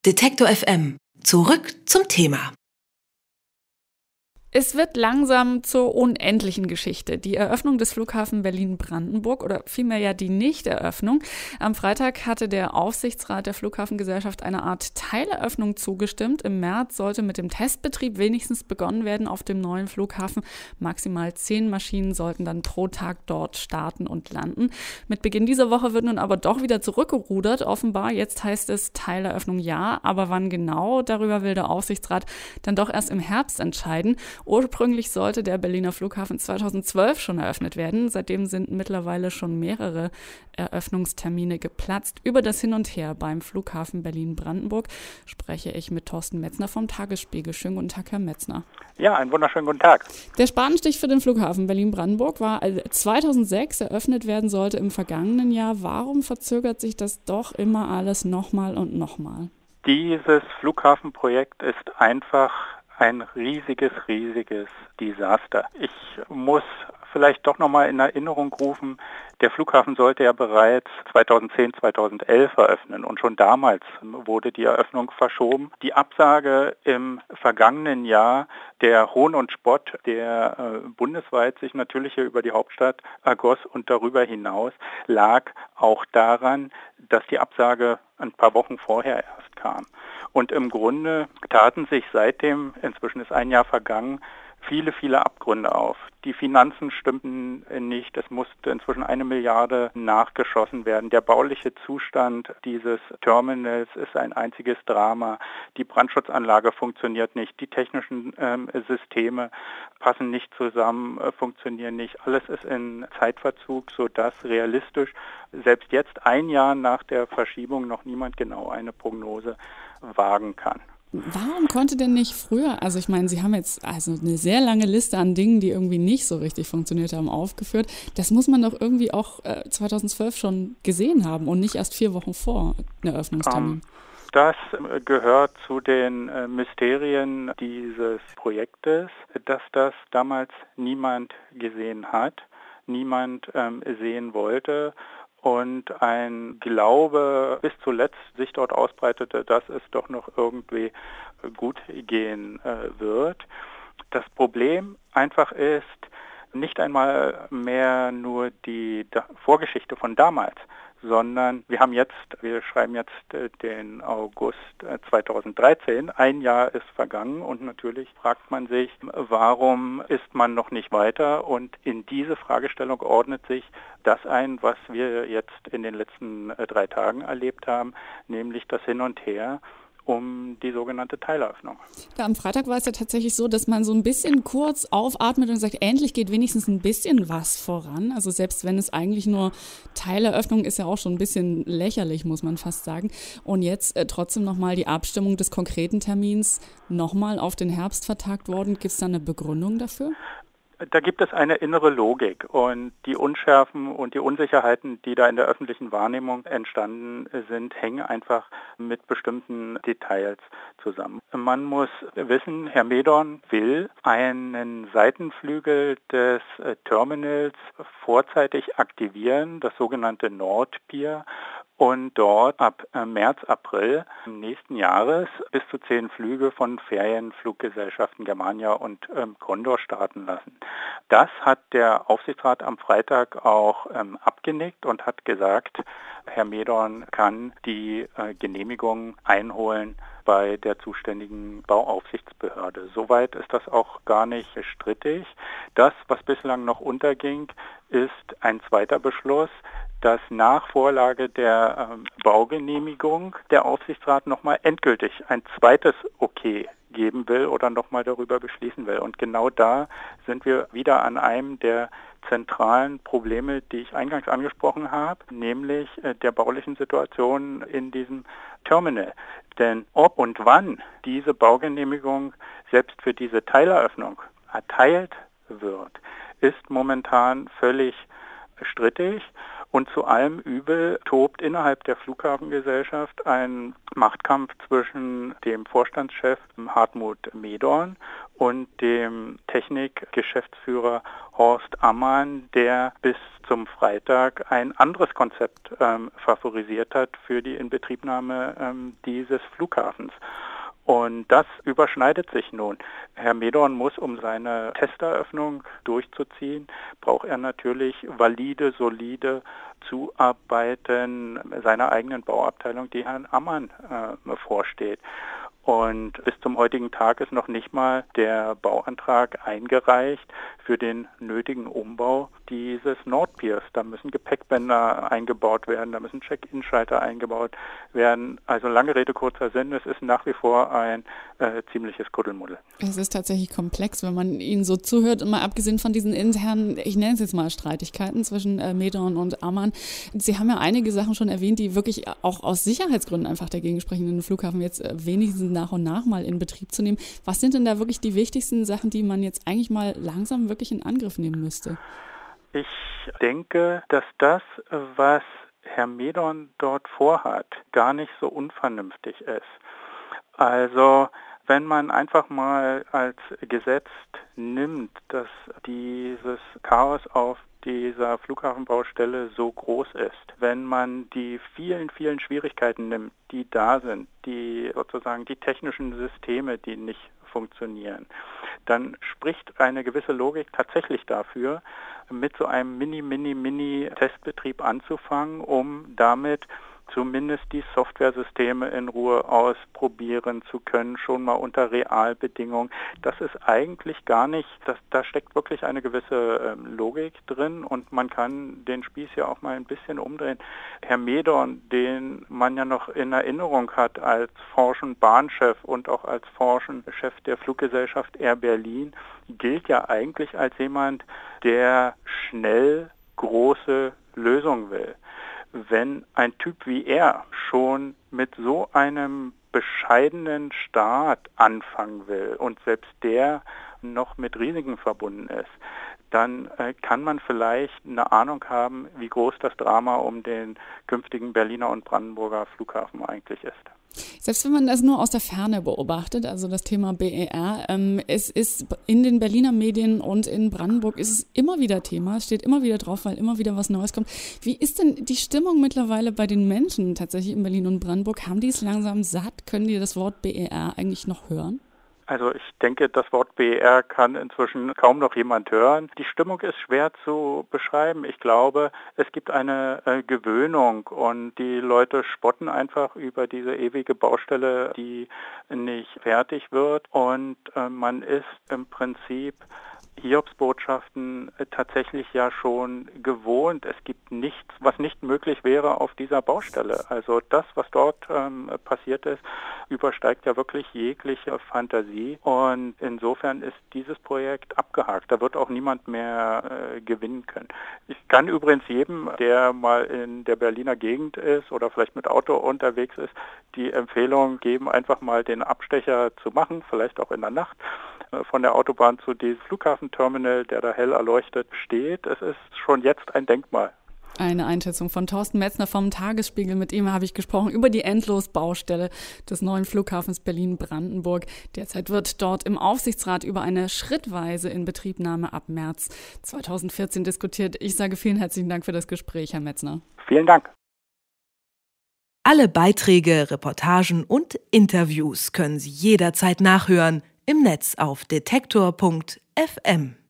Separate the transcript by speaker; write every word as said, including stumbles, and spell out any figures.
Speaker 1: Detektor F M. Zurück zum Thema.
Speaker 2: Es wird langsam zur unendlichen Geschichte. Die Eröffnung des Flughafen Berlin-Brandenburg oder vielmehr ja die Nichteröffnung. Am Freitag hatte der Aufsichtsrat der Flughafengesellschaft eine Art Teileröffnung zugestimmt. Im März sollte mit dem Testbetrieb wenigstens begonnen werden auf dem neuen Flughafen. Maximal zehn Maschinen sollten dann pro Tag dort starten und landen. Mit Beginn dieser Woche wird nun aber doch wieder zurückgerudert. Offenbar, jetzt heißt es Teileröffnung ja, aber wann genau, darüber will der Aufsichtsrat dann doch erst im Herbst entscheiden. Ursprünglich sollte der Berliner Flughafen zweitausendzwölf schon eröffnet werden. Seitdem sind mittlerweile schon mehrere Eröffnungstermine geplatzt. Über das Hin und Her beim Flughafen Berlin-Brandenburg spreche ich mit Thorsten Metzner vom Tagesspiegel. Schönen guten Tag, Herr Metzner.
Speaker 3: Ja, einen wunderschönen guten Tag.
Speaker 2: Der Spatenstich für den Flughafen Berlin-Brandenburg war, als zweitausendsechs eröffnet werden sollte im vergangenen Jahr. Warum verzögert sich das doch immer alles nochmal und nochmal?
Speaker 3: Dieses Flughafenprojekt ist einfach ein riesiges, riesiges Desaster. Ich muss vielleicht doch nochmal in Erinnerung rufen, der Flughafen sollte ja bereits zweitausendzehn, zweitausendelf eröffnen und schon damals wurde die Eröffnung verschoben. Die Absage im vergangenen Jahr, der Hohn und Spott, der äh, bundesweit sich natürlich hier über die Hauptstadt ergoss und darüber hinaus, lag auch daran, dass die Absage ein paar Wochen vorher erst kam. Und im Grunde taten sich seitdem, inzwischen ist ein Jahr vergangen, viele, viele Abgründe auf. Die Finanzen stimmten nicht. Es musste inzwischen eine Milliarde nachgeschossen werden. Der bauliche Zustand dieses Terminals ist ein einziges Drama. Die Brandschutzanlage funktioniert nicht. Die technischen ähm, Systeme passen nicht zusammen, äh, funktionieren nicht. Alles ist in Zeitverzug, sodass realistisch selbst jetzt ein Jahr nach der Verschiebung noch niemand genau eine Prognose wagen kann.
Speaker 2: Warum konnte denn nicht früher, also ich meine, Sie haben jetzt also eine sehr lange Liste an Dingen, die irgendwie nicht so richtig funktioniert haben, aufgeführt. Das muss man doch irgendwie auch äh, zweitausendzwölf schon gesehen haben und nicht erst vier Wochen vor dem Eröffnungstermin.
Speaker 3: Das gehört zu den äh, Mysterien dieses Projektes, dass das damals niemand gesehen hat, niemand ähm, sehen wollte. Und ein Glaube bis zuletzt sich dort ausbreitete, dass es doch noch irgendwie gut gehen äh, wird. Das Problem einfach ist nicht einmal mehr nur die Vorgeschichte von damals, sondern wir haben jetzt, wir schreiben jetzt den August zweitausenddreizehn, ein Jahr ist vergangen und natürlich fragt man sich, warum ist man noch nicht weiter? Und in diese Fragestellung ordnet sich das ein, was wir jetzt in den letzten drei Tagen erlebt haben, nämlich das Hin und Her um die sogenannte Teileröffnung.
Speaker 2: Ja, am Freitag war es ja tatsächlich so, dass man so ein bisschen kurz aufatmet und sagt, endlich geht wenigstens ein bisschen was voran. Also selbst wenn es eigentlich nur Teileröffnung ist, ja auch schon ein bisschen lächerlich, muss man fast sagen. Und jetzt äh, trotzdem nochmal die Abstimmung des konkreten Termins nochmal auf den Herbst vertagt worden. Gibt es da eine Begründung dafür?
Speaker 3: Da gibt es eine innere Logik und die Unschärfen und die Unsicherheiten, die da in der öffentlichen Wahrnehmung entstanden sind, hängen einfach mit bestimmten Details zusammen. Man muss wissen, Herr Medorn will einen Seitenflügel des Terminals vorzeitig aktivieren, das sogenannte Nordpier, und dort ab März, April nächsten Jahres bis zu zehn Flüge von Ferienfluggesellschaften Germania und ähm, Condor starten lassen. Das hat der Aufsichtsrat am Freitag auch ähm, abgenickt und hat gesagt, Herr Medorn kann die äh, Genehmigung einholen bei der zuständigen Bauaufsichtsbehörde. Soweit ist das auch gar nicht strittig. Das, was bislang noch unterging, ist ein zweiter Beschluss, dass nach Vorlage der ähm, Baugenehmigung der Aufsichtsrat nochmal endgültig ein zweites Okay geben will oder nochmal darüber beschließen will. Und genau da sind wir wieder an einem der zentralen Probleme, die ich eingangs angesprochen habe, nämlich äh, der baulichen Situation in diesem Terminal. Denn ob und wann diese Baugenehmigung selbst für diese Teileröffnung erteilt wird, ist momentan völlig strittig. Und zu allem Übel tobt innerhalb der Flughafengesellschaft ein Machtkampf zwischen dem Vorstandschef Hartmut Medorn und dem Technikgeschäftsführer Horst Ammann, der bis zum Freitag ein anderes Konzept ähm, favorisiert hat für die Inbetriebnahme ähm, dieses Flughafens. Und das überschneidet sich nun. Herr Medorn muss, um seine Testeröffnung durchzuziehen, braucht er natürlich valide, solide Zuarbeiten seiner eigenen Bauabteilung, die Herrn Ammann äh, vorsteht. Und bis zum heutigen Tag ist noch nicht mal der Bauantrag eingereicht für den nötigen Umbau dieses Nordpiers. Da müssen Gepäckbänder eingebaut werden, da müssen Check-in-Schalter eingebaut werden. Also lange Rede, kurzer Sinn, es ist nach wie vor ein äh, ziemliches Kuddelmuddel.
Speaker 2: Es ist tatsächlich komplex, wenn man Ihnen so zuhört. Und mal abgesehen von diesen internen, ich nenne es jetzt mal Streitigkeiten zwischen äh, Medorn und Ammann. Sie haben ja einige Sachen schon erwähnt, die wirklich auch aus Sicherheitsgründen einfach dagegen sprechen, den Flughafen jetzt äh, wenigstens nach und nach mal in Betrieb zu nehmen. Was sind denn da wirklich die wichtigsten Sachen, die man jetzt eigentlich mal langsam wirklich in Angriff nehmen müsste?
Speaker 3: Ich denke, dass das, was Herr Medorn dort vorhat, gar nicht so unvernünftig ist. Also wenn man einfach mal als gesetzt nimmt, dass dieses Chaos auf dieser Flughafenbaustelle so groß ist, wenn man die vielen, vielen Schwierigkeiten nimmt, die da sind, die sozusagen die technischen Systeme, die nicht funktionieren, dann spricht eine gewisse Logik tatsächlich dafür, mit so einem Mini, Mini, Mini-Testbetrieb anzufangen, um damit zumindest die Softwaresysteme in Ruhe ausprobieren zu können, schon mal unter Realbedingungen. Das ist eigentlich gar nicht, das, da steckt wirklich eine gewisse ähm, Logik drin und man kann den Spieß ja auch mal ein bisschen umdrehen. Herr Medorn, den man ja noch in Erinnerung hat als forschen Bahnchef und auch als forschen Chef der Fluggesellschaft Air Berlin, gilt ja eigentlich als jemand, der schnell große Lösungen will. Wenn ein Typ wie er schon mit so einem bescheidenen Start anfangen will und selbst der noch mit Risiken verbunden ist, dann äh, kann man vielleicht eine Ahnung haben, wie groß das Drama um den künftigen Berliner und Brandenburger Flughafen eigentlich ist.
Speaker 2: Selbst wenn man das nur aus der Ferne beobachtet, also das Thema B E R, ähm, es ist in den Berliner Medien und in Brandenburg ist es immer wieder Thema, es steht immer wieder drauf, weil immer wieder was Neues kommt. Wie ist denn die Stimmung mittlerweile bei den Menschen tatsächlich in Berlin und Brandenburg? Haben die es langsam satt? Können die das Wort B E R eigentlich noch hören?
Speaker 3: Also ich denke, das Wort B E R kann inzwischen kaum noch jemand hören. Die Stimmung ist schwer zu beschreiben. Ich glaube, es gibt eine äh, Gewöhnung und die Leute spotten einfach über diese ewige Baustelle, die nicht fertig wird. Und äh, man ist im Prinzip Hiobsbotschaften tatsächlich ja schon gewohnt. Es gibt nichts, was nicht möglich wäre auf dieser Baustelle. Also das, was dort ähm, passiert ist, übersteigt ja wirklich jegliche Fantasie. Und insofern ist dieses Projekt abgehakt. Da wird auch niemand mehr äh, gewinnen können. Ich kann übrigens jedem, der mal in der Berliner Gegend ist oder vielleicht mit Auto unterwegs ist, die Empfehlung geben, einfach mal den Abstecher zu machen, vielleicht auch in der Nacht, äh, von der Autobahn zu diesem Flughafenterminal, der da hell erleuchtet steht. Es ist schon jetzt ein Denkmal.
Speaker 2: Eine Einschätzung von Thorsten Metzner vom Tagesspiegel. Mit ihm habe ich gesprochen über die Endlosbaustelle des neuen Flughafens Berlin-Brandenburg. Derzeit wird dort im Aufsichtsrat über eine schrittweise Inbetriebnahme ab März zweitausendvierzehn diskutiert. Ich sage vielen herzlichen Dank für das Gespräch, Herr Metzner.
Speaker 3: Vielen Dank.
Speaker 1: Alle Beiträge, Reportagen und Interviews können Sie jederzeit nachhören im Netz auf detektor punkt f m.